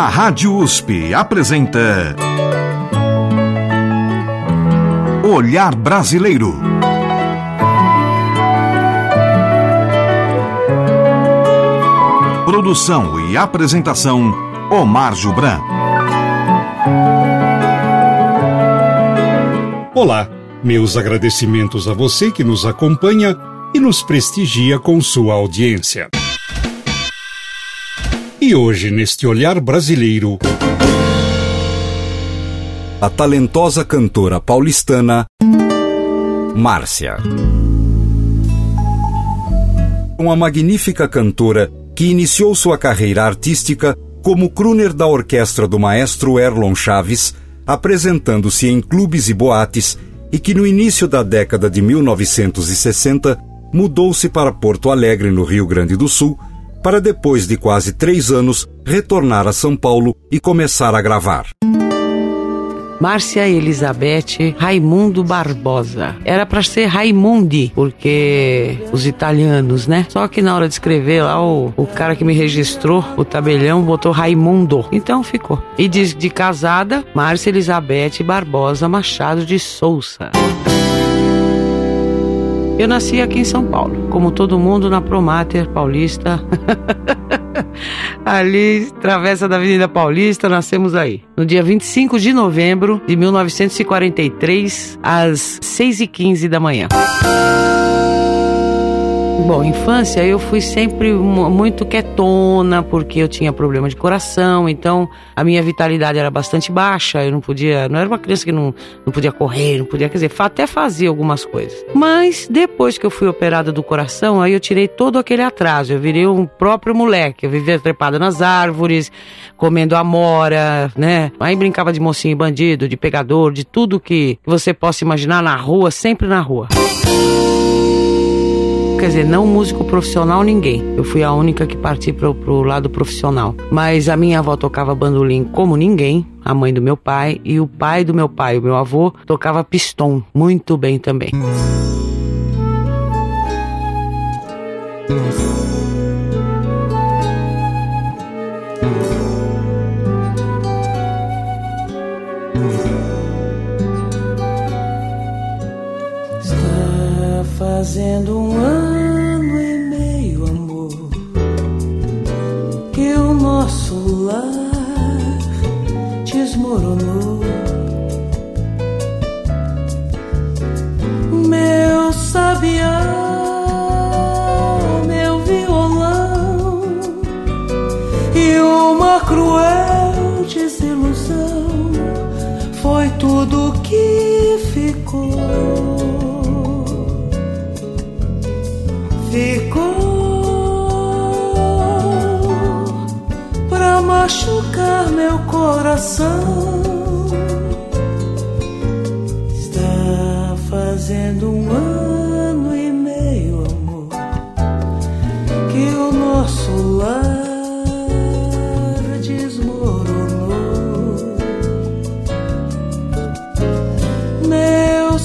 A Rádio USP apresenta Olhar Brasileiro. Produção e apresentação, Omar Jubran. Olá, meus agradecimentos a você que nos acompanha e nos prestigia com sua audiência. E hoje, neste Olhar Brasileiro, a talentosa cantora paulistana Márcia. Uma magnífica cantora que iniciou sua carreira artística como crooner da orquestra do maestro Erlon Chaves, apresentando-se em clubes e boates, e que no início da década de 1960 mudou-se para Porto Alegre, no Rio Grande do Sul, para depois de quase 3 anos retornar a São Paulo e começar a gravar. Márcia Elizabeth Raimundo Barbosa. Era para ser Raimundi, porque os italianos, né? Só que na hora de escrever lá, o cara que me registrou, o tabelião, botou Raimundo. Então ficou. E de casada, Márcia Elizabeth Barbosa Machado de Souza. Eu nasci aqui em São Paulo, como todo mundo, na Promater Paulista. Ali, travessa da Avenida Paulista, nascemos aí. No dia 25 de novembro de 1943, às 6h15 da manhã. Bom, infância eu fui sempre muito quietona, porque eu tinha problema de coração, então a minha vitalidade era bastante baixa, eu não era uma criança que não podia correr, não podia, quer dizer, até fazia algumas coisas. Mas depois que eu fui operada do coração, aí eu tirei todo aquele atraso, eu virei um próprio moleque, eu vivia trepada nas árvores, comendo amora, né? Aí brincava de mocinho e bandido, de pegador, de tudo que você possa imaginar na rua, sempre na rua. Quer dizer, não músico profissional, ninguém. Eu fui a única que parti pro lado profissional. Mas a minha avó tocava bandolim como ninguém, a mãe do meu pai, e o pai do meu pai, o meu avô, tocava pistão muito bem também. Está fazendo um ano e meio, amor, que o nosso lar desmoronou. Meu sabiá, meu violão e uma cruel desilusão foi tudo que ficou. Pra machucar meu coração. Está fazendo um ano e meio, amor, que o nosso lar desmoronou. Meu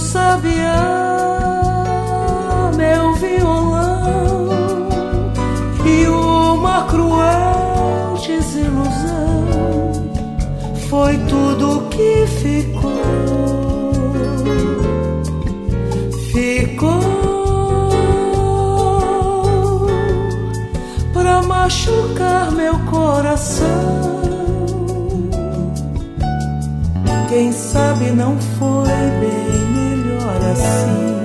sabiá, meu violão e uma cruel desilusão foi tudo que ficou. Pra machucar meu coração. Quem sabe não foi bem melhor assim.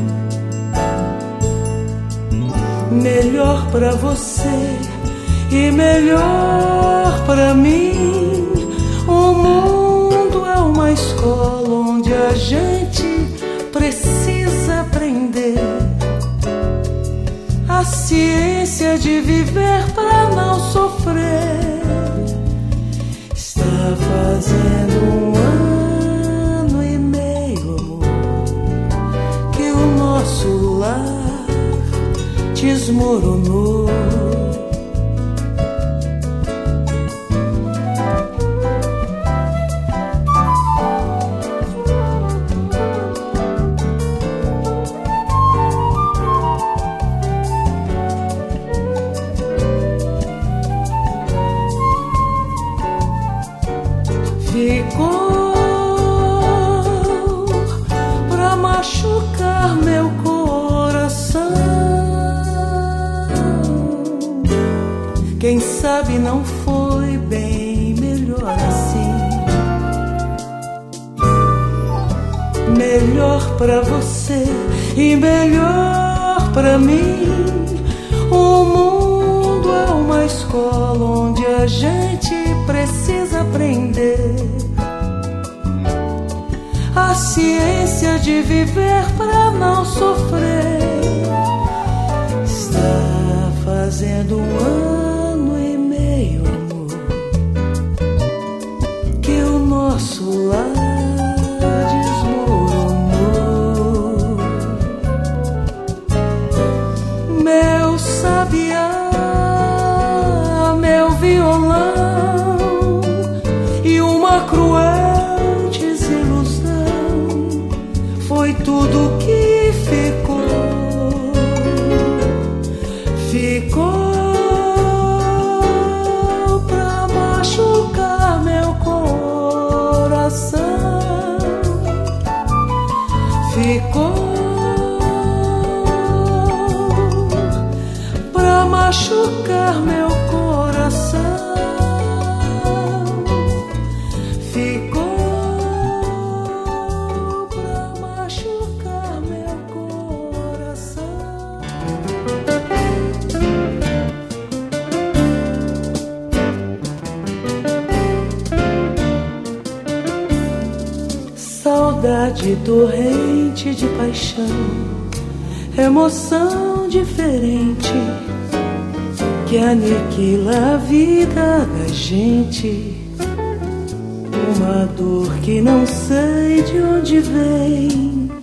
Melhor pra você e melhor pra mim. O mundo é uma escola onde a gente precisa aprender a ciência de viver pra não sofrer. Está fazendo um ano e meio, amor, que o nosso lar desmoronou. Quem sabe não foi bem melhor assim. Melhor pra você e melhor pra mim. O mundo é uma escola onde a gente precisa aprender a ciência de viver pra não sofrer. Está fazendo 1 ano e meio, amor, que o nosso lar desmoronou. Meu sabiá, meu violão e uma cruel desilusão foi tudo que ficou. Pra machucar meu coração. Ficou pra machucar meu coração. Ficou pra machucar meu coração. Saudade torrente de paixão, emoção diferente que aniquila a vida da gente. Uma dor que não sei de onde vem.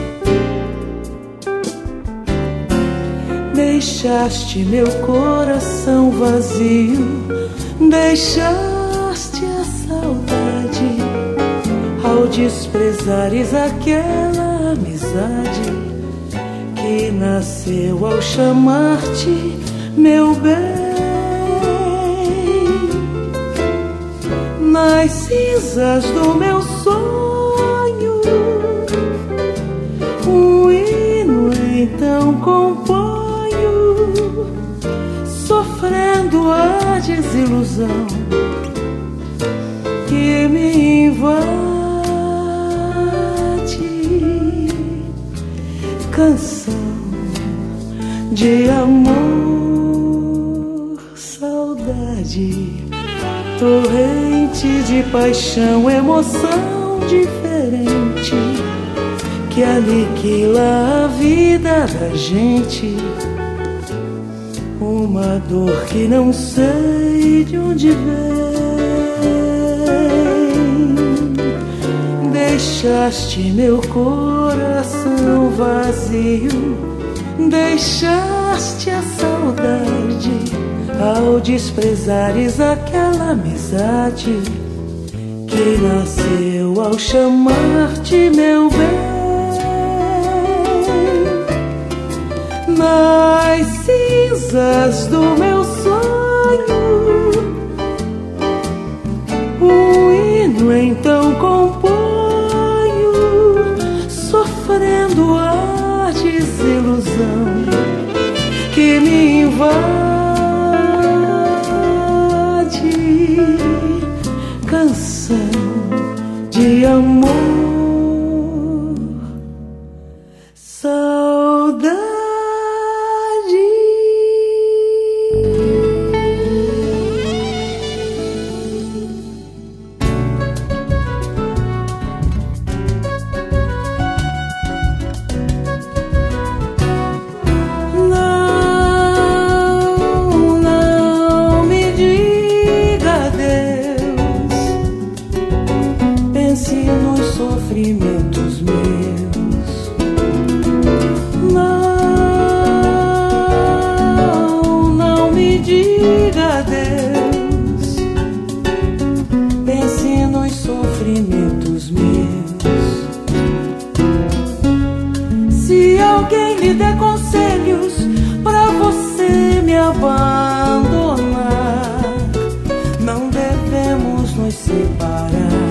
Deixaste meu coração vazio, deixaste a saudade ao desprezares aquela amizade que nasceu ao chamar-te meu bem. Nas cinzas do meu sonho, um hino então componho, sofrendo a desilusão que me invade. Canção de amor, saudade, torrente de paixão, emoção diferente que aniquila a vida da gente. Uma dor que não sei de onde vem. Deixaste meu coração vazio, deixaste a saudade ao desprezares aquela amizade que nasceu ao chamar-te meu bem. Nas cinzas do meu sonho, um hino então componho, sofrendo a desilusão que me invade. Canção de amor, saudade. Sofrimentos meus, não me diga adeus. Pense nos sofrimentos meus. Se alguém lhe der conselhos pra você me abandonar, não devemos nos separar.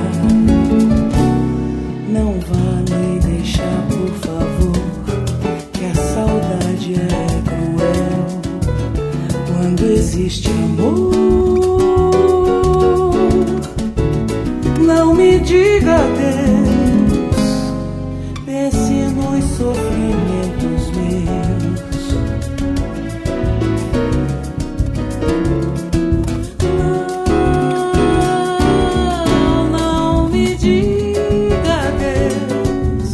Não vá me deixar, por favor, que a saudade é cruel. Quando existe amor, não me diga adeus, pense nos sofrimentos meus. Não me diga adeus,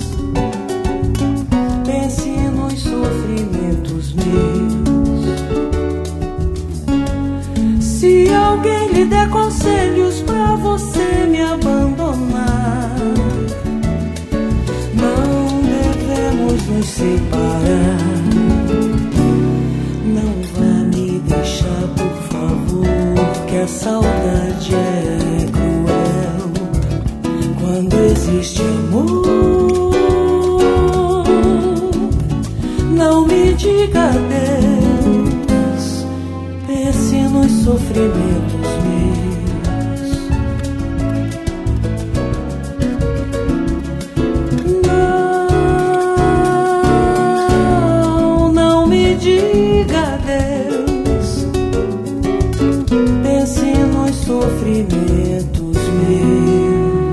pense nos sofrimentos meus. Se alguém lhe der conselhos pra você me abandonar, não devemos nos separar. Não vá me deixar, por favor, que a saudade é cruel. Quando existe amor, não me diga adeus, pense nos sofrimentos meus. Não me diga adeus, pense nos sofrimentos meus.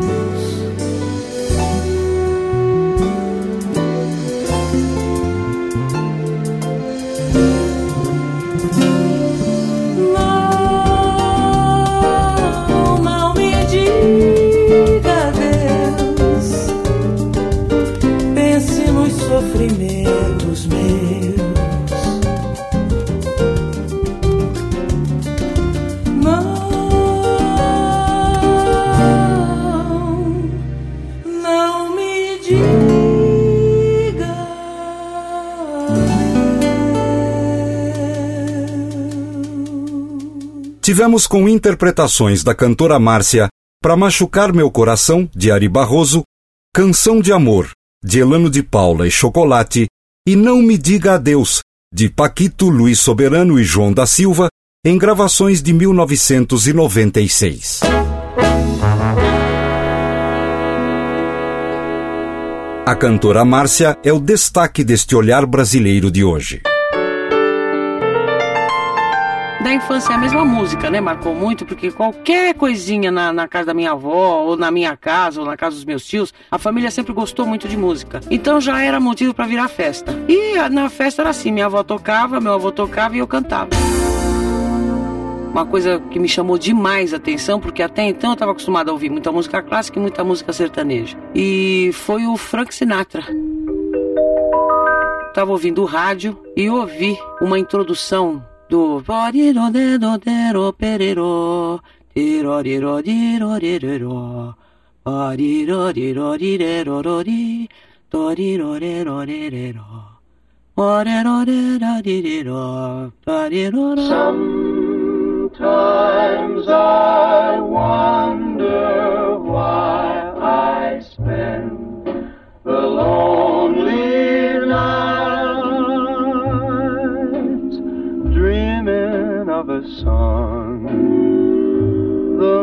Não me diga adeus, pense nos sofrimentos meus. Não me diga adeus. Tivemos com interpretações da cantora Márcia Pra Machucar Meu Coração, de Ari Barroso, Canção de Amor, de Elano de Paula e Chocolate, e Não Me Diga Adeus, de Paquito, Luiz Soberano e João da Silva, em gravações de 1996. A cantora Márcia é o destaque deste Olhar Brasileiro de hoje. Da infância é a mesma música, né? Marcou muito, porque qualquer coisinha na casa da minha avó, ou na minha casa, ou na casa dos meus tios, a família sempre gostou muito de música. Então já era motivo para virar festa. E na festa era assim, minha avó tocava, meu avô tocava e eu cantava. Uma coisa que me chamou demais a atenção, porque até então eu estava acostumada a ouvir muita música clássica e muita música sertaneja. E foi o Frank Sinatra. Estava ouvindo o rádio e ouvi uma introdução do Sometimes I wonder why I spend the lonely nights dreaming of a song. The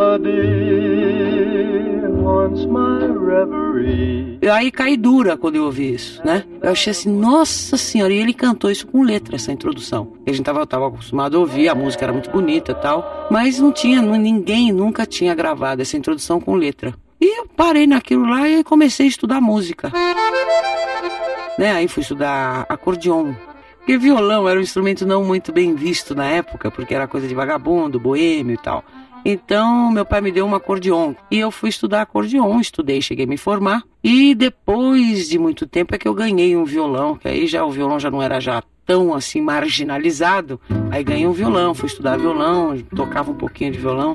melody haunts my reverie. E aí caí dura quando eu ouvi isso, né? Eu achei assim, nossa senhora, e ele cantou isso com letra, essa introdução. A gente tava acostumado a ouvir, a música era muito bonita e tal, mas ninguém nunca tinha gravado essa introdução com letra. E eu parei naquilo lá e comecei a estudar música. Né? Aí fui estudar acordeon. Porque violão era um instrumento não muito bem visto na época, porque era coisa de vagabundo, boêmio e tal. Então, meu pai me deu um acordeon e eu fui estudar acordeon, estudei, cheguei a me formar. E depois de muito tempo é que eu ganhei um violão, que aí já o violão já não era já tão assim marginalizado. Aí ganhei um violão, fui estudar violão, tocava um pouquinho de violão.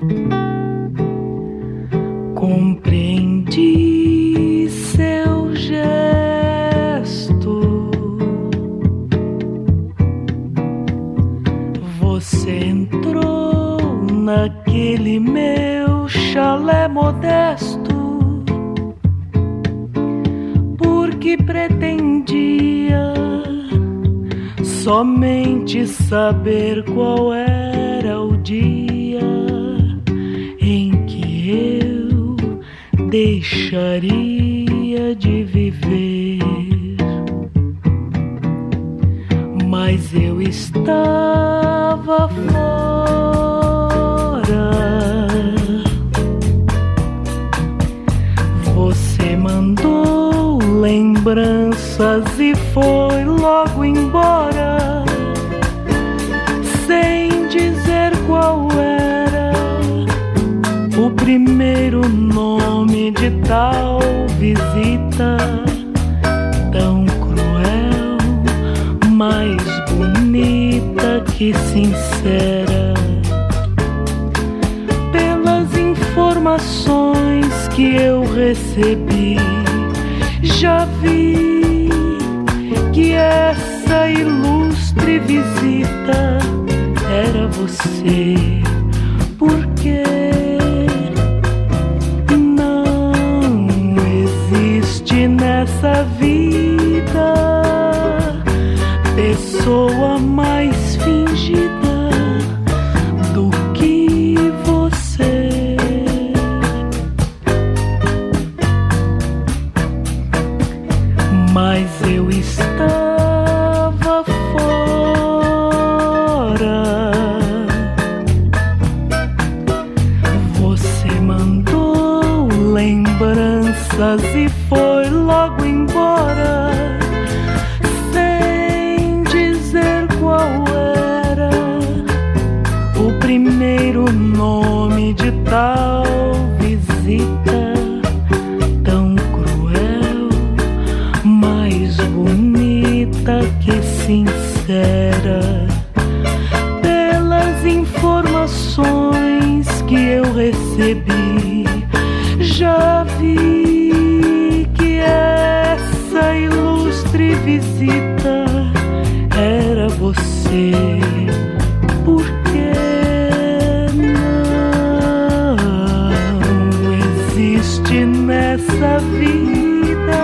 Compreendi seu gesto, você entrou naquele meu chalé modesto, porque pretendia somente saber qual era o dia em que eu deixaria de viver. Mas eu estava estava fora, você mandou lembranças e foi logo embora, sem dizer qual era o primeiro nome de tal visita tão cruel, mais bonita que sincera. Pelas informações que eu recebi, já vi que essa ilustre visita era você. Porque nessa vida, pessoa mais fingida do que você. Mas eu estava fora, você mandou lembranças e foi logo embora, sem dizer qual era o primeiro nome de tal visita tão cruel, mais bonita que sincera. Pelas informações que eu recebi, já vi que essa ilustre visita era você. Porque não existe nessa vida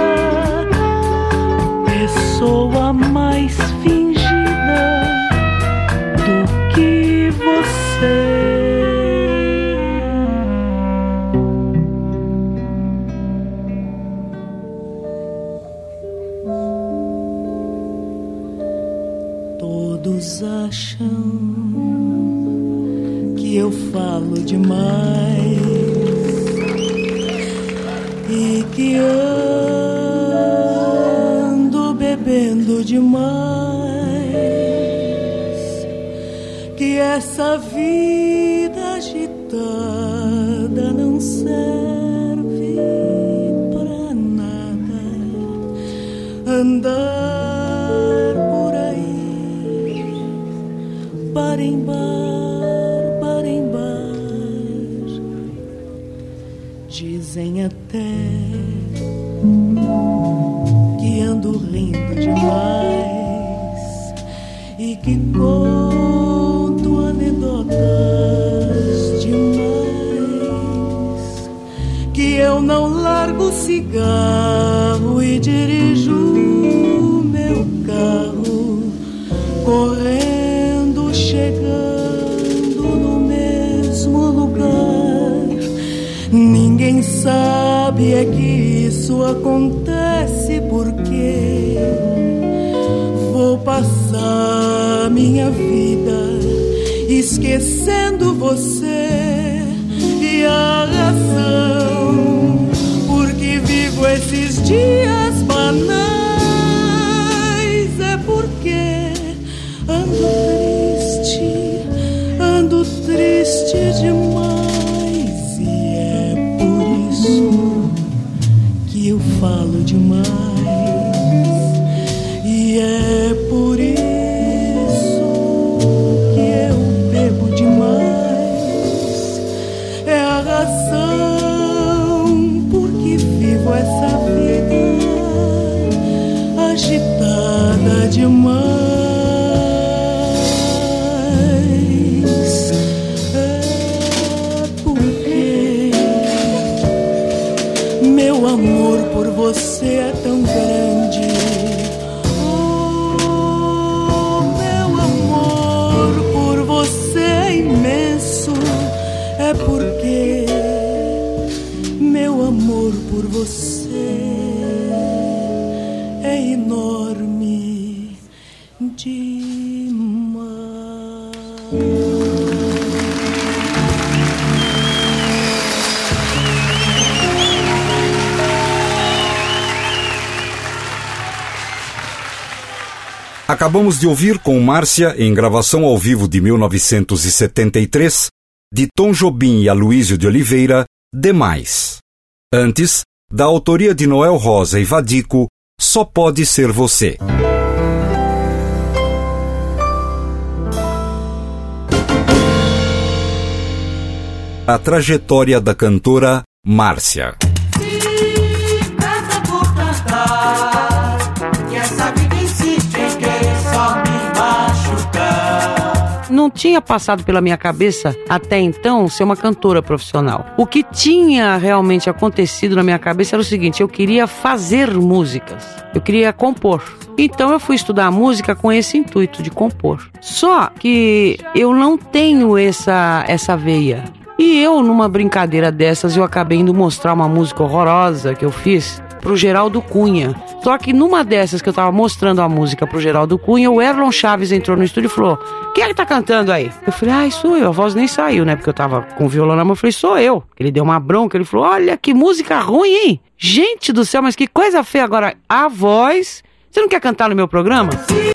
pessoa mais fingida do que você. Todos acham que eu falo demais e que ando bebendo demais, que essa vida agitada não serve pra nada. Andar bar em bar, dizem até que ando rindo demais e que conto anedotas demais, que eu não largo cigarro e dirijo meu carro correndo, chegando no mesmo lugar. Ninguém sabe é que isso acontece porque vou passar minha vida esquecendo você. E a razão por que vivo esses dias banais é porque ando triste demais, e é por isso que eu falo demais, e é por isso que eu bebo demais. É a razão por que vivo essa vida agitada demais. Meu amor por você é tão grande. Oh, meu amor por você é imenso. É porque meu amor por você é enorme demais. Acabamos de ouvir com Márcia, em gravação ao vivo de 1973, de Tom Jobim e Aloysio de Oliveira, Demais. Antes, da autoria de Noel Rosa e Vadico, Só Pode Ser Você. A trajetória da cantora Márcia. Não tinha passado pela minha cabeça até então ser uma cantora profissional. O que tinha realmente acontecido na minha cabeça era o seguinte: eu queria fazer músicas, eu queria compor. Então eu fui estudar música com esse intuito de compor. Só que eu não tenho essa veia. E eu, numa brincadeira dessas, eu acabei indo mostrar uma música horrorosa que eu fiz pro Geraldo Cunha. Só que numa dessas que eu tava mostrando a música pro Geraldo Cunha, o Erlon Chaves entrou no estúdio e falou: quem é que tá cantando aí? Eu falei: sou eu. A voz nem saiu, né? Porque eu tava com o violão na mão. Eu falei: sou eu. Ele deu uma bronca, ele falou: olha que música ruim, hein? Gente do céu, mas que coisa feia. Agora, a voz... Você não quer cantar no meu programa?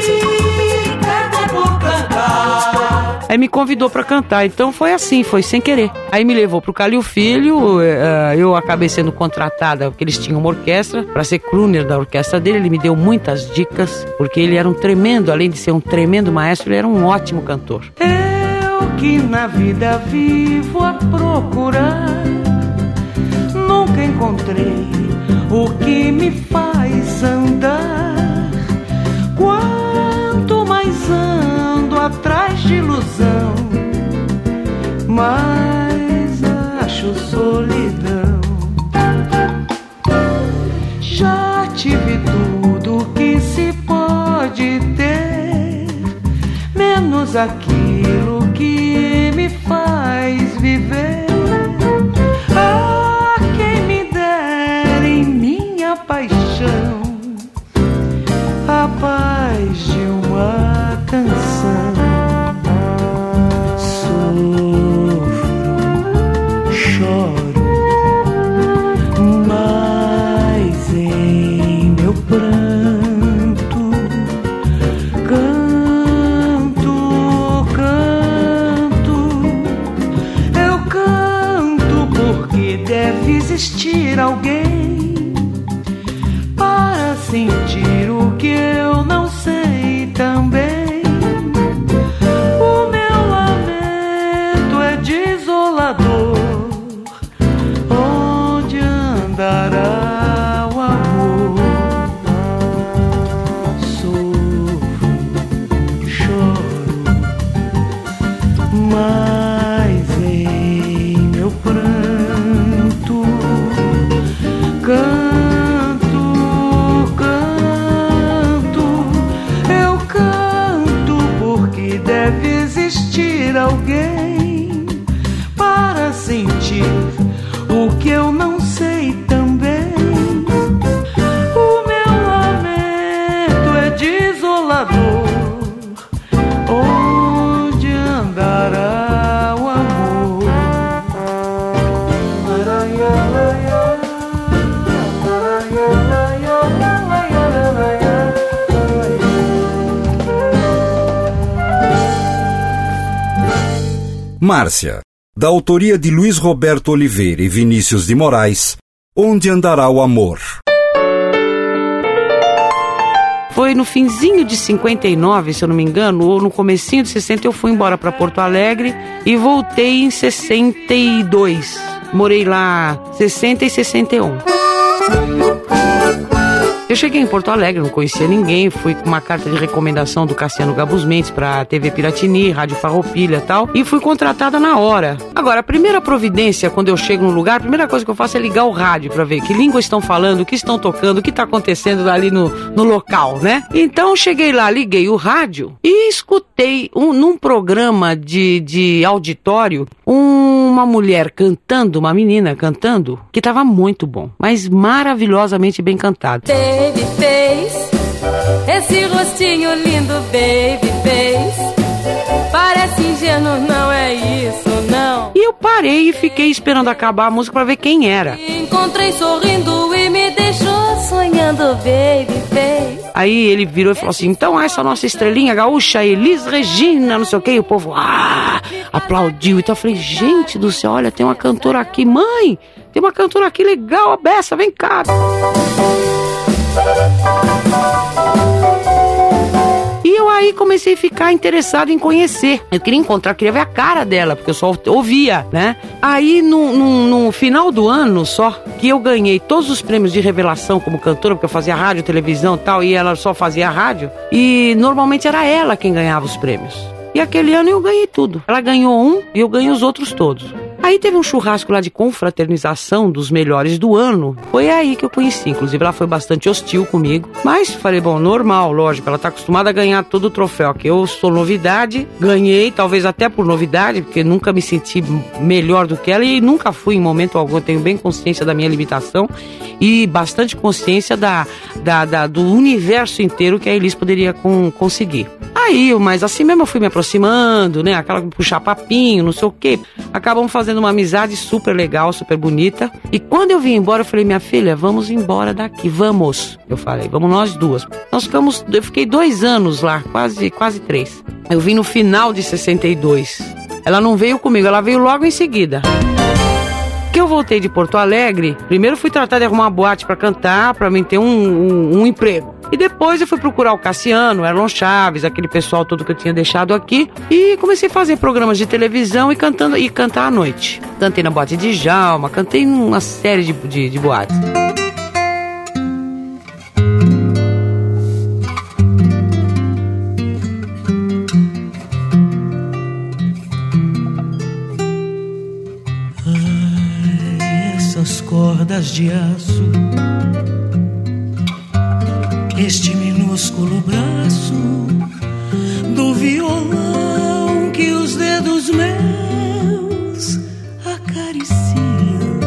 Aí me convidou pra cantar, então foi assim, foi sem querer. Aí me levou pro Calil Filho, eu acabei sendo contratada, porque eles tinham uma orquestra, pra ser crooner da orquestra dele. Ele me deu muitas dicas, porque ele era um tremendo, além de ser um tremendo maestro, ele era um ótimo cantor. Eu que na vida vivo a procurar, nunca encontrei o que me faz andar. Quanto mais ando atrás de ilusão, mais acho solidão. Já tive tudo que se pode ter, menos aquilo que me faz viver. Ah, quem me dera em minha paixão a paz de uma canção. Sofro, choro, mas em meu pranto canto. Eu canto porque deve existir alguém para sentir o que eu não sei também. O meu lamento é desolador. Onde andará o amor? Sofro, choro, mas em meu pranto canto. Deve existir alguém para sentir o que eu não sei também. O meu lamento é desolador. Onde andará o amor? Márcia, da autoria de Luiz Roberto Oliveira e Vinícius de Moraes, Onde Andará o Amor. Foi no finzinho de 59, se eu não me engano, ou no comecinho de 60, eu fui embora para Porto Alegre e voltei em 62. Morei lá 60 e 61. Eu cheguei em Porto Alegre, não conhecia ninguém, fui com uma carta de recomendação do Cassiano Gabus Mendes pra TV Piratini, Rádio Farroupilha e tal, e fui contratada na hora. Agora, a primeira providência, quando eu chego num lugar, a primeira coisa que eu faço é ligar o rádio pra ver que língua estão falando, o que estão tocando, o que tá acontecendo ali no local, né? Então, cheguei lá, liguei o rádio e escutei num programa de auditório, uma mulher cantando, uma menina cantando, que tava muito bom, mas maravilhosamente bem cantado. Babyface, esse rostinho lindo, babyface, parece ingênuo parei e fiquei esperando acabar a música pra ver quem era. Encontrei sorrindo e me deixou sonhando, baby face. Aí ele virou e falou assim: então essa nossa estrelinha gaúcha, Elis Regina, não sei o que. E o povo aplaudiu. Então eu falei: gente do céu, olha, tem uma cantora aqui. Mãe, tem uma cantora aqui legal, a Bessa, vem cá. E eu aí comecei a ficar interessado em conhecer. Eu queria encontrar, queria ver a cara dela, porque eu só ouvia, né? Aí no final do ano só, que eu ganhei todos os prêmios de revelação como cantora, porque eu fazia rádio, televisão e tal, e ela só fazia rádio. E normalmente era ela quem ganhava os prêmios. E aquele ano eu ganhei tudo. Ela ganhou um e eu ganhei os outros todos. Aí teve um churrasco lá de confraternização dos melhores do ano. Foi aí que eu conheci. Inclusive ela foi bastante hostil comigo. Mas falei, bom, normal, lógico. Ela tá acostumada a ganhar todo o troféu. Que eu sou novidade, ganhei, talvez até por novidade, porque nunca me senti melhor do que ela. E nunca fui em momento algum. Eu tenho bem consciência da minha limitação. E bastante consciência do universo inteiro que a Elis poderia conseguir. Aí, mas assim mesmo eu fui me aproximando, né? Aquela puxar papinho, não sei o quê. Acabamos fazendo uma amizade super legal, super bonita. E quando eu vim embora, eu falei, minha filha, vamos embora daqui, vamos. Eu falei, vamos nós duas. Eu fiquei 2 anos lá, quase 3. Eu vim no final de 62. Ela não veio comigo, ela veio logo em seguida. Que eu voltei de Porto Alegre, primeiro fui tratar de arrumar uma boate pra cantar, pra mim ter um emprego. E depois eu fui procurar o Cassiano, o Erlon Chaves, aquele pessoal todo que eu tinha deixado aqui. E comecei a fazer programas de televisão e cantar à noite. Cantei na boate de Djalma, cantei em uma série de boates. Cordas de aço, este minúsculo braço do violão que os dedos meus acariciam.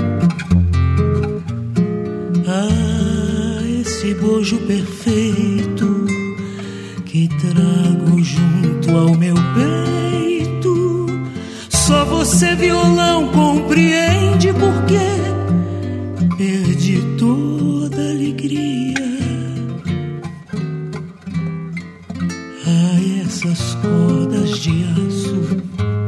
Esse bojo perfeito que trago junto ao meu peito. Só você, violão, compreende porque perdi toda a alegria. Essas cordas de aço,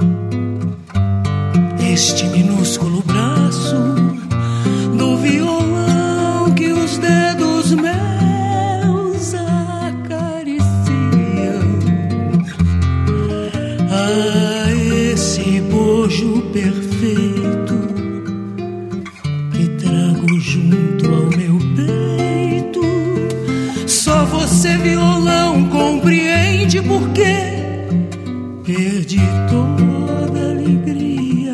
este minúsculo braço do violão que os dedos meus acariciam. Esse bojo perfeito que trago junto ao meu peito. Só você, violão, compreende porque perdi toda a alegria.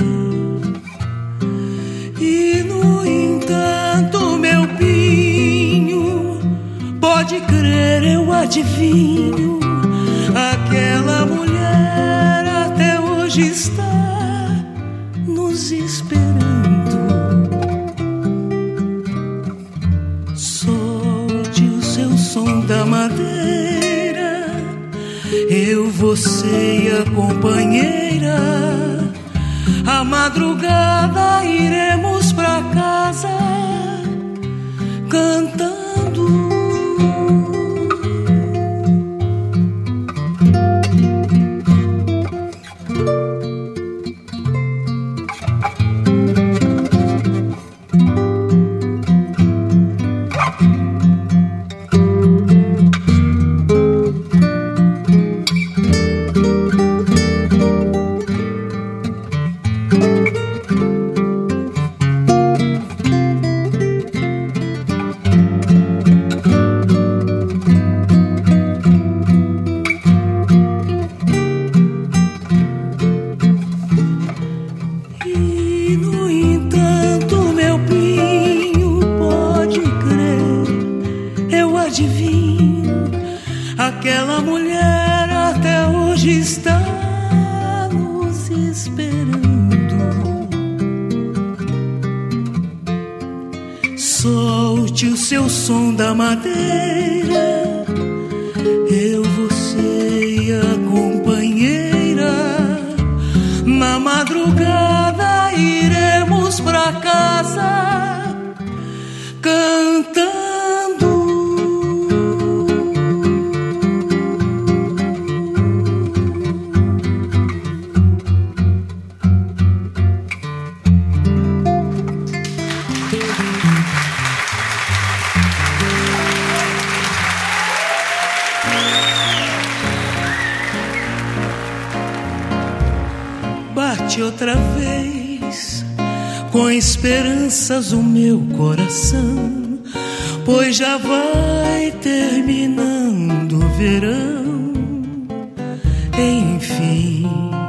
E no entanto, meu pinho, pode crer, eu adivinho, aquela mulher até hoje está nos esperando. Solte o seu som da madeira, eu, você e a companheira. À madrugada iremos pra casa cantando. Aquela mulher até hoje está nos esperando. Solte o seu som da madeira, eu, você e a companheira. Na madrugada Bate outra vez com esperanças o meu coração, pois já vai terminando o verão, enfim.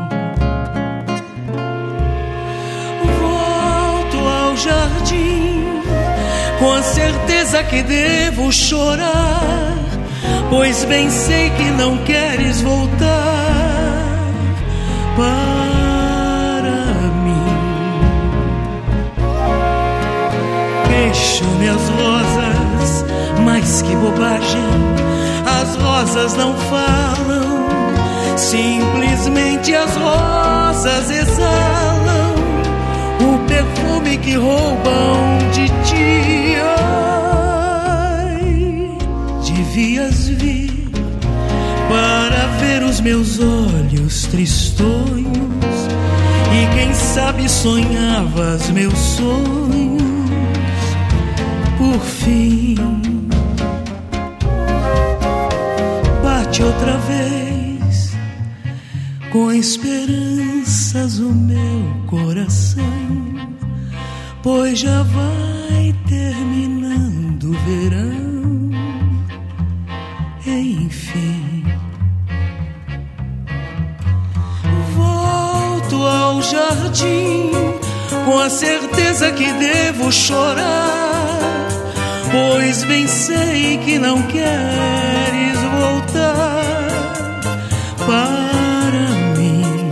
Volto ao jardim com a certeza que devo chorar, pois bem sei que não queres voltar para mim. Queixo-me as rosas, mas que bobagem, as rosas não falam, simplesmente as rosas exalam o perfume que roubam de ti. Ai, devias vir para ver os meus olhos tristonhos, e quem sabe sonhavas meus sonhos por fim. Bate outra vez com esperanças o meu coração, pois já vai terminando o verão, enfim. Volto ao jardim com a certeza que devo chorar, pois bem sei que não queres voltar para mim.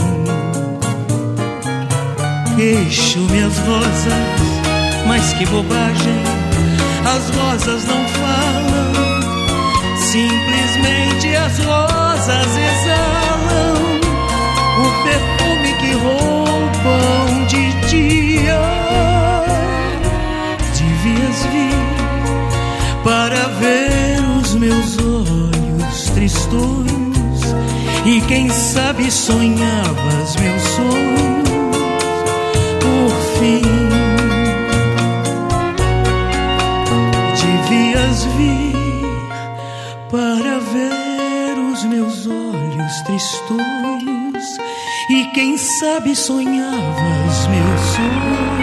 Queixo-me as rosas, mas que bobagem, as rosas não falam, simplesmente as rosas exalam o perfume que roubam de ti. Devias vir para ver os meus olhos tristonhos, e quem sabe sonhavas meus sonhos por fim. Devias vir para ver os meus olhos tristonhos, e quem sabe sonhavas meus sonhos.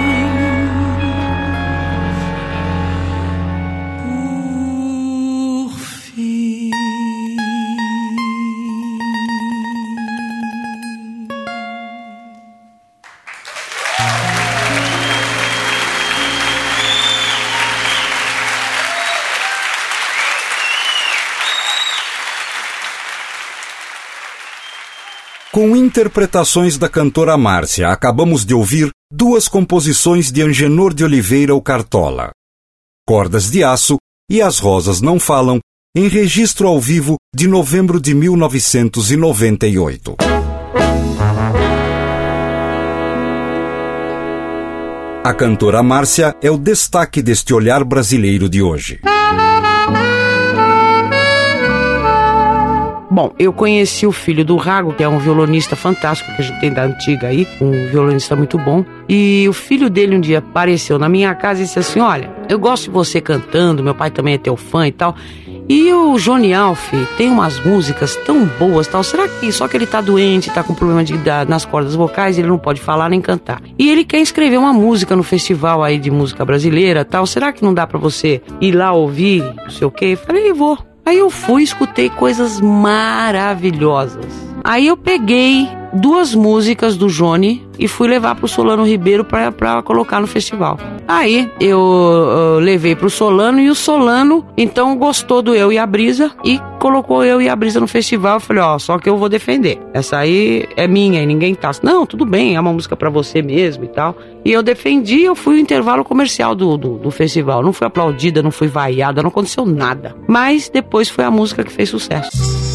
Com interpretações da cantora Márcia, acabamos de ouvir duas composições de Angenor de Oliveira o Cartola, Cordas de Aço e As Rosas Não Falam, em registro ao vivo de novembro de 1998. A cantora Márcia é o destaque deste Olhar Brasileiro de hoje. Bom, eu conheci o filho do Rago, que é um violonista fantástico, que a gente tem da antiga aí, um violonista muito bom. E o filho dele um dia apareceu na minha casa e disse assim: olha, eu gosto de você cantando, meu pai também é teu fã e tal. E o Johnny Alf tem umas músicas tão boas, tal. Será que só que ele tá doente, tá com problema nas cordas vocais, ele não pode falar nem cantar? E ele quer escrever uma música no festival aí de música brasileira, tal. Será que não dá pra você ir lá ouvir, não sei o quê? Eu falei, vou. Aí eu fui, escutei coisas maravilhosas. Aí eu peguei duas músicas do Johnny e fui levar pro Solano Ribeiro pra colocar no festival. Aí eu levei pro Solano, e o Solano então gostou do Eu e a Brisa e colocou Eu e a Brisa no festival. Eu falei, só que eu vou defender. Essa aí é minha e ninguém tá. Não, tudo bem, é uma música pra você mesmo e tal. E eu defendi, eu fui no intervalo comercial do festival. Não fui aplaudida, não fui vaiada, não aconteceu nada. Mas depois foi a música que fez sucesso.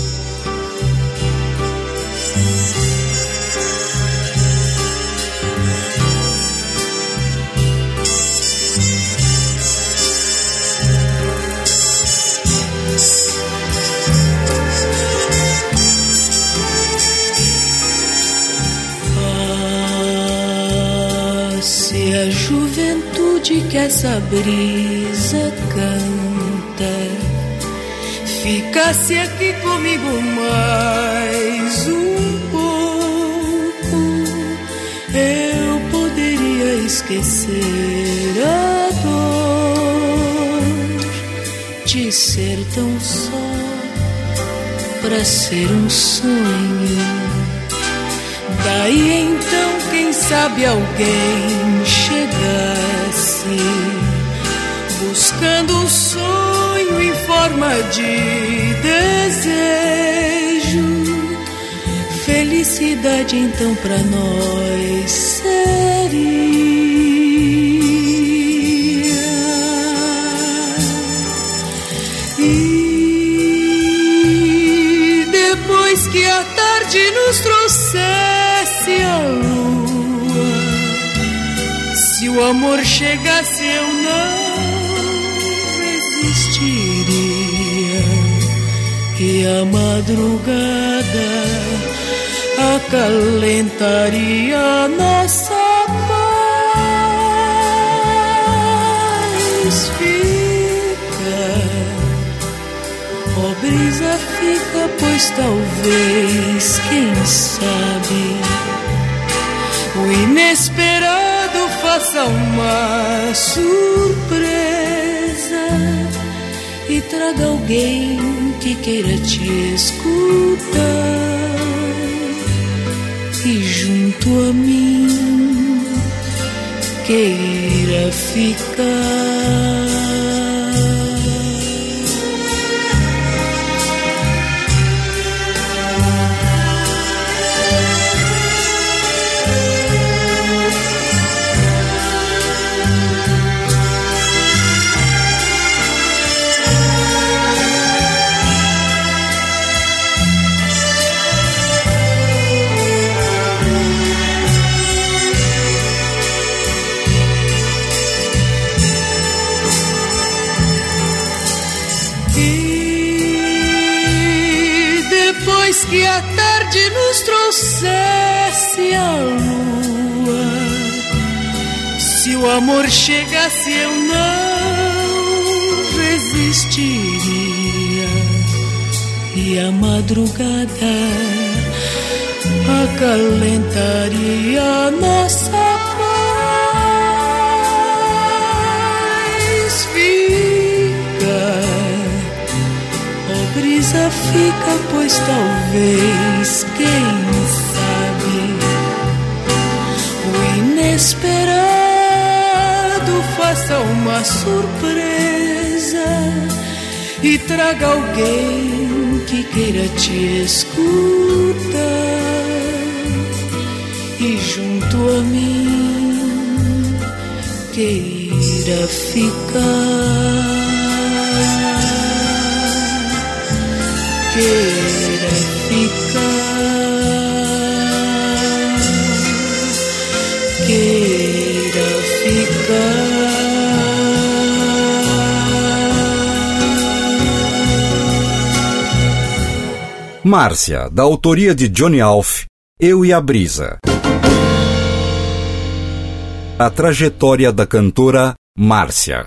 Se a juventude que essa brisa canta ficasse aqui comigo mais um pouco, esquecer a dor de ser tão só pra ser um sonho. Daí então, quem sabe alguém chegasse buscando um sonho em forma de desejo. Felicidade então pra nós seria. E depois que a tarde nos trouxesse a lua, se o amor chegasse eu não resistiria, e a madrugada acalentaria a nossa paz. Fica, ó brisa, fica, pois talvez, quem sabe, o inesperado faça uma surpresa e traga alguém que queira te escutar. E junto a mim queira ficar. Que a tarde nos trouxesse a lua, se o amor chegasse eu não resistiria, e a madrugada acalentaria a nossa paz. Fica, brisa, fica, pois talvez, quem sabe, o inesperado faça uma surpresa e traga alguém que queira te escutar. E junto a mim queira ficar. Queira ficar, queira ficar. Márcia, da autoria de Johnny Alf, Eu e a Brisa. A trajetória da cantora Márcia.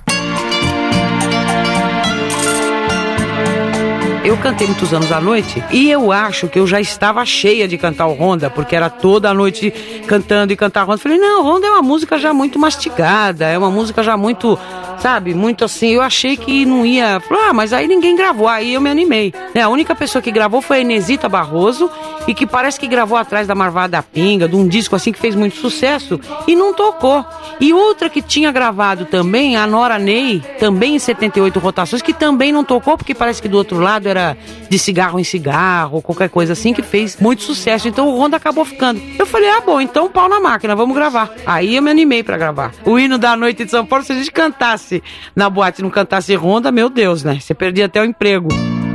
Eu cantei muitos anos à noite e eu acho que eu já estava cheia de cantar o Ronda, porque era toda a noite cantando e cantar Ronda. Falei, não, Ronda é uma música já muito mastigada, é uma música já muito, sabe, muito assim. Eu achei que não ia... Falei, mas aí ninguém gravou, aí eu me animei. A única pessoa que gravou foi a Inesita Barroso, e que parece que gravou atrás da Marvada Pinga, de um disco assim que fez muito sucesso, e não tocou. E outra que tinha gravado também, a Nora Ney, também em 78 rotações, que também não tocou, porque parece que do outro lado era de cigarro em cigarro, ou qualquer coisa assim, que fez muito sucesso. Então o Ronda acabou ficando. Eu falei, bom, então pau na máquina, vamos gravar. Aí eu me animei pra gravar. O hino da noite de São Paulo, se a gente cantasse na boate e não cantasse Ronda, meu Deus, né? Você perdia até o emprego.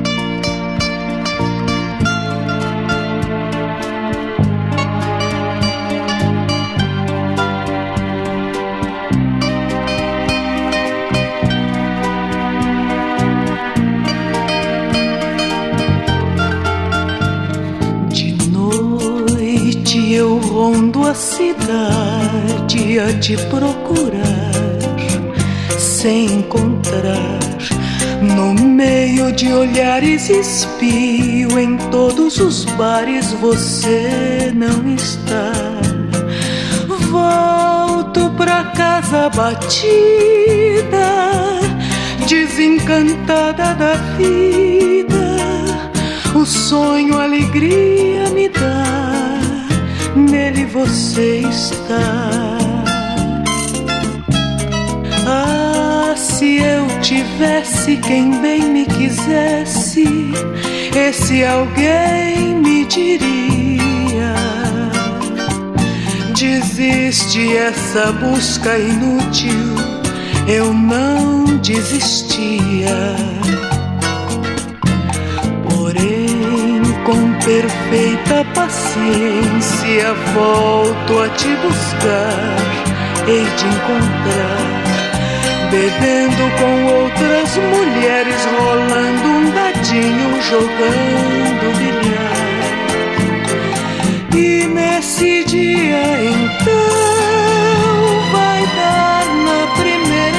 Eu rondo a cidade a te procurar, sem encontrar. No meio de olhares espio, em todos os bares você não está. Volto pra da casa batida, desencantada da vida, o sonho, a alegria me dá, nele você está. Ah, se eu tivesse quem bem me quisesse, esse alguém me diria: desiste essa busca inútil. Eu não desistia. Porém, com perfeita paciência, volto a te buscar, hei de encontrar, bebendo com outras mulheres, rolando um dadinho, jogando bilhar. E nesse dia então vai dar na primeira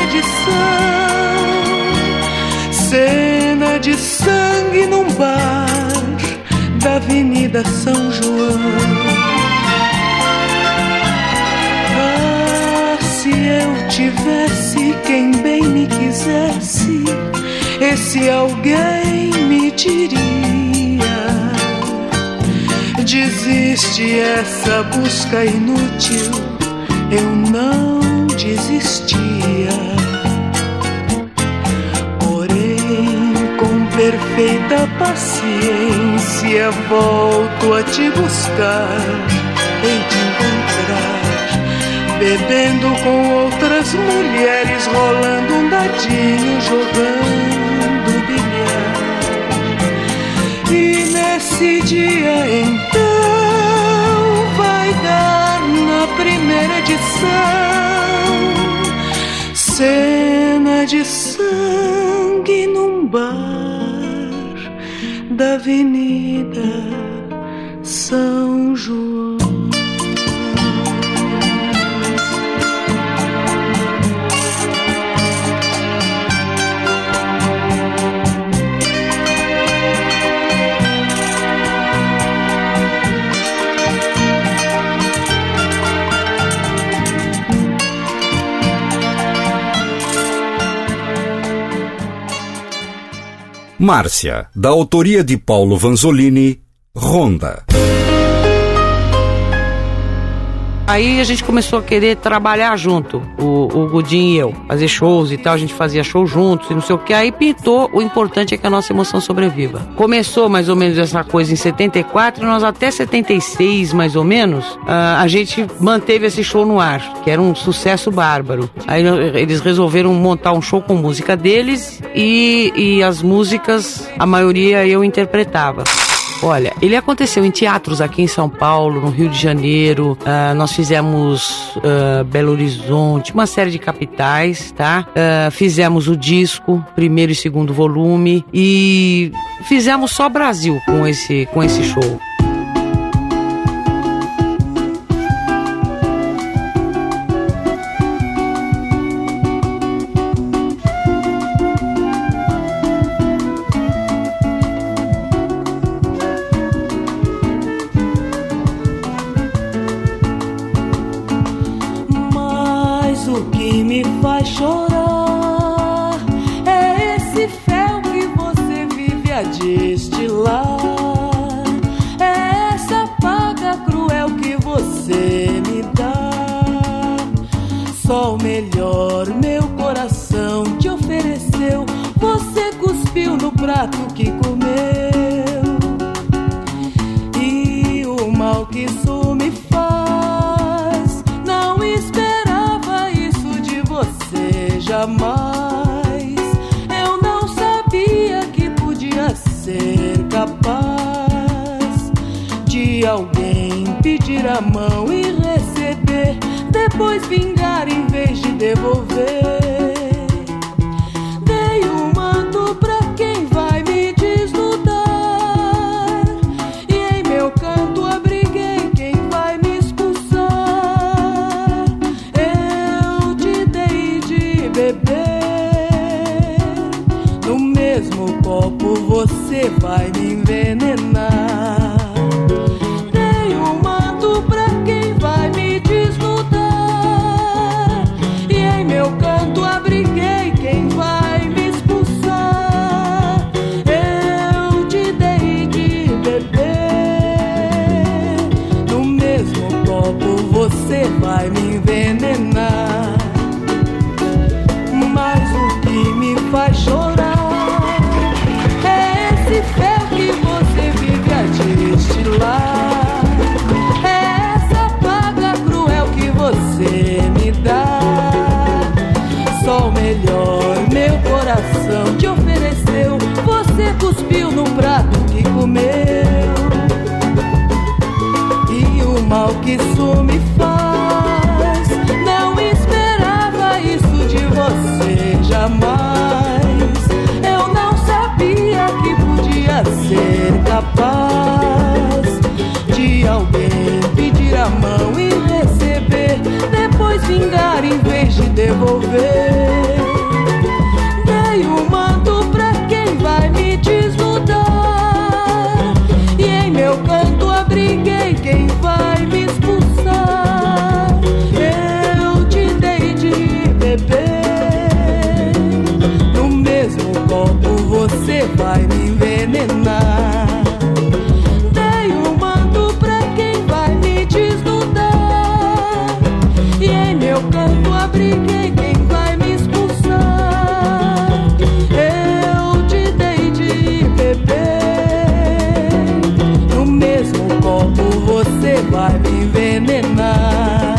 edição cena de sangue num bar da Avenida São João. Ah, se eu tivesse quem bem me quisesse, esse alguém me diria: desiste essa busca inútil. Eu não desistia. Porém, com perfeita paciência, volto a te buscar, hei de encontrar, bebendo com outras mulheres, rolando um dadinho, jogando bilhar. E nesse dia então vai dar na primeira edição cena de sangue num bar da Avenida São João. Márcia, da autoria de Paulo Vanzolini, Ronda. Aí a gente começou a querer trabalhar junto, o Gudim e eu, fazer shows e tal, a gente fazia show juntos e não sei o que. Aí pintou, o importante é que a nossa emoção sobreviva. Começou mais ou menos essa coisa em 74 e nós até 76 mais ou menos, a gente manteve esse show no ar, que era um sucesso bárbaro. Aí eles resolveram montar um show com música deles e as músicas, a maioria eu interpretava. Olha, ele aconteceu em teatros aqui em São Paulo, no Rio de Janeiro, nós fizemos Belo Horizonte, uma série de capitais, tá? Fizemos o disco, primeiro e segundo volume, e fizemos só Brasil com esse show. Chorar é esse fel que você vive a destilar, é essa paga cruel que você me dá. Só o melhor meu coração te ofereceu, você cuspiu no prato que comeu, e o mal que isso me faz, não esperava isso de você jamais. Eu não sabia que podia ser capaz de alguém pedir a mão e receber, depois vingar em vez de devolver. Dei um manto pra quem vai me desnudar, e em meu canto abriguei quem vai me expulsar. Eu te dei de beber, no mesmo copo você vai me envenenar. Dei um manto pra quem vai me desnudar, você vai me envenenar. Mas o que me faz chorar é esse fel que você vive a destilar, é essa paga cruel que você me dá. Só o melhor meu coração te ofereceu, você cuspiu no prato que comeu. E o mal que isso me faz, não esperava isso de você jamais. Eu não sabia que podia ser capaz de alguém pedir a mão e receber, depois vingar em vez de devolver. Dei um manto pra quem vai me desnudar, e em meu canto abriguei quem vai me expulsar. Eu te dei de beber, no mesmo copo você vai me envenenar. Dei um manto pra quem vai me desnudar, e em meu canto abriguei quem vai me expulsar. Eu te dei de beber, no mesmo copo você vai me envenenar.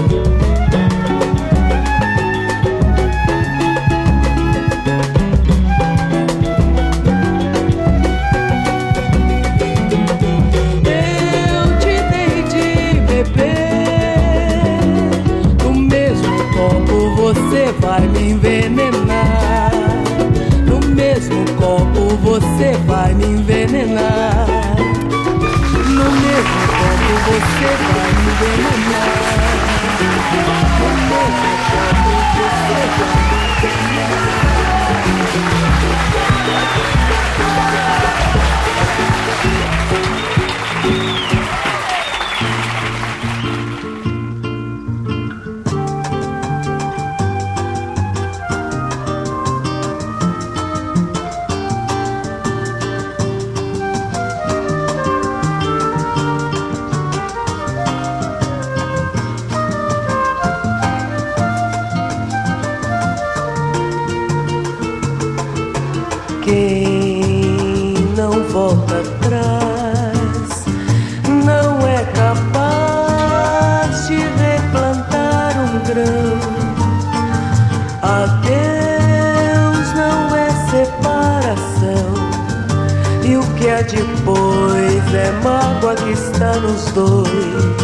Eu te dei de beber, no mesmo copo você vai me envenenar. No mesmo copo você vai me envenenar. No mesmo copo você vai me envenenar. No mesmo copo você vai me envenenar. Quem não volta atrás não é capaz de replantar um grão. Adeus não é separação, e o que há depois é mágoa que está nos dois.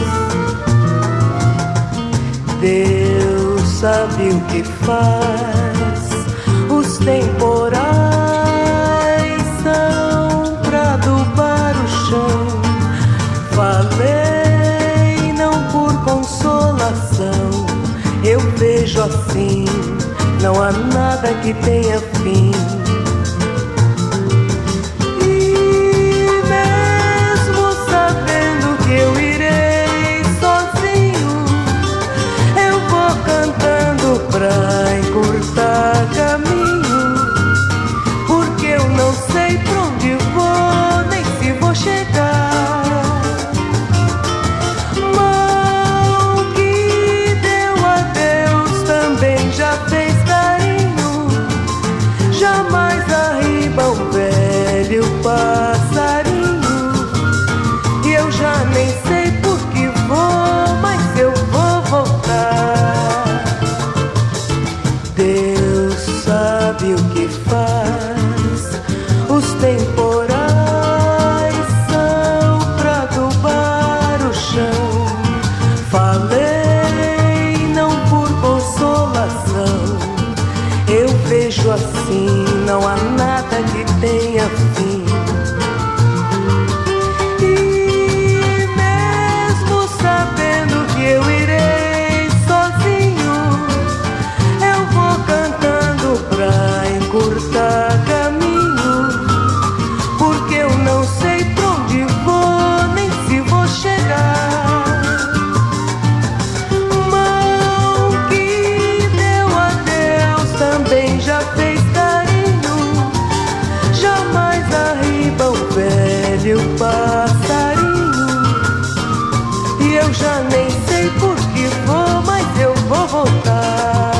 Deus sabe o que faz, os temporais são pra adubar o chão. Falei não por consolação, eu vejo assim, não há nada que tenha fim. E mesmo sabendo que eu irei sozinho, eu vou cantando pra encurtar caminho, porque eu não sei pra onde vou, nem se vou chegar. Mão que deu a Deus também já fez carinho, já eu já nem sei por que vou, mas eu vou voltar.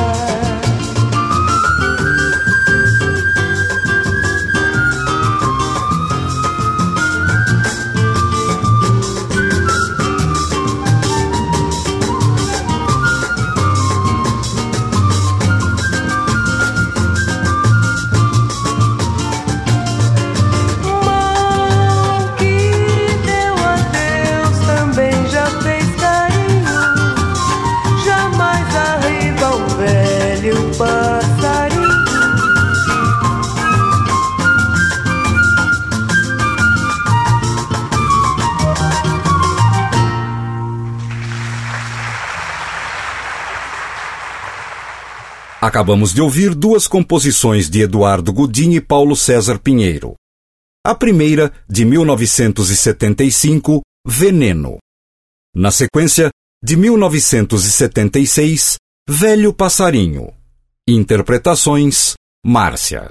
Acabamos de ouvir duas composições de Eduardo Godin e Paulo César Pinheiro. A primeira, de 1975, Veneno. Na sequência, de 1976, Velho Passarinho. Interpretações, Márcia.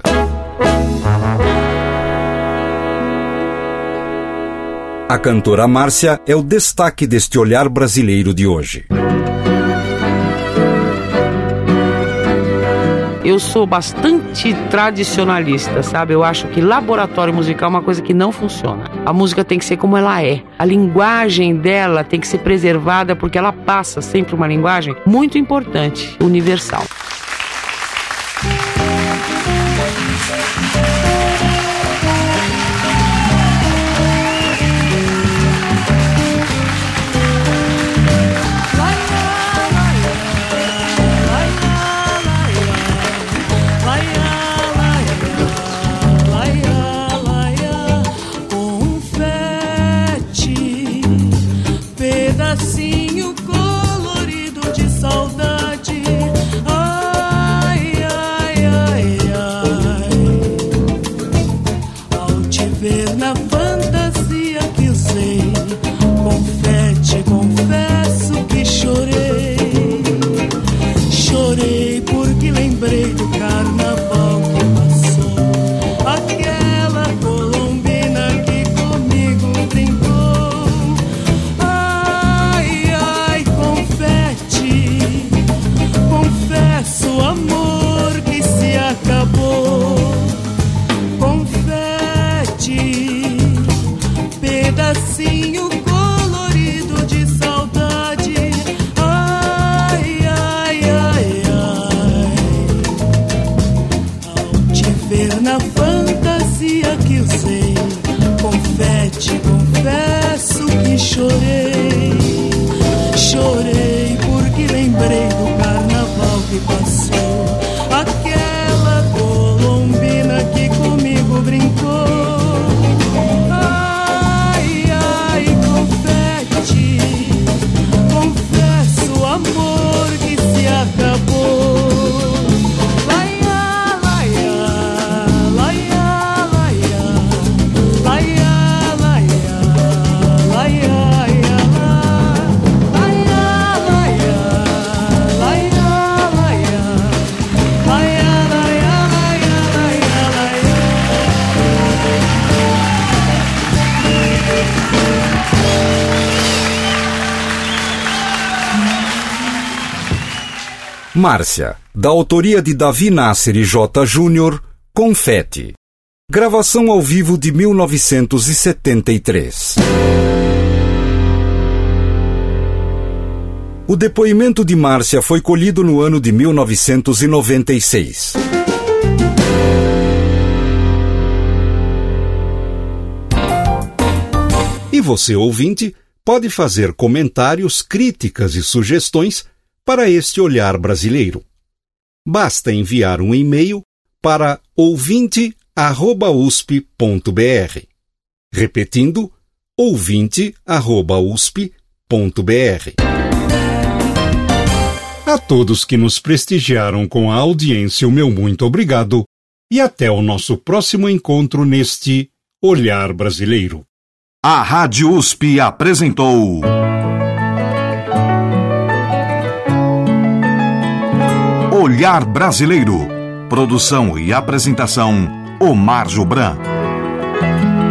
A cantora Márcia é o destaque deste Olhar Brasileiro de hoje. Eu sou bastante tradicionalista, sabe? Eu acho que laboratório musical é uma coisa que não funciona. A música tem que ser como ela é. A linguagem dela tem que ser preservada porque ela passa sempre uma linguagem muito importante, universal. Márcia, da autoria de Davi Nasser e J. Júnior, Confete. Gravação ao vivo de 1973. O depoimento de Márcia foi colhido no ano de 1996. E você, ouvinte, pode fazer comentários, críticas e sugestões para este Olhar Brasileiro. Basta enviar um e-mail para ouvinte@usp.br. Repetindo, ouvinte@usp.br. A todos que nos prestigiaram com a audiência, o meu muito obrigado e até o nosso próximo encontro neste Olhar Brasileiro. A Rádio USP apresentou Olhar Brasileiro. Produção e apresentação, Omar Jobran.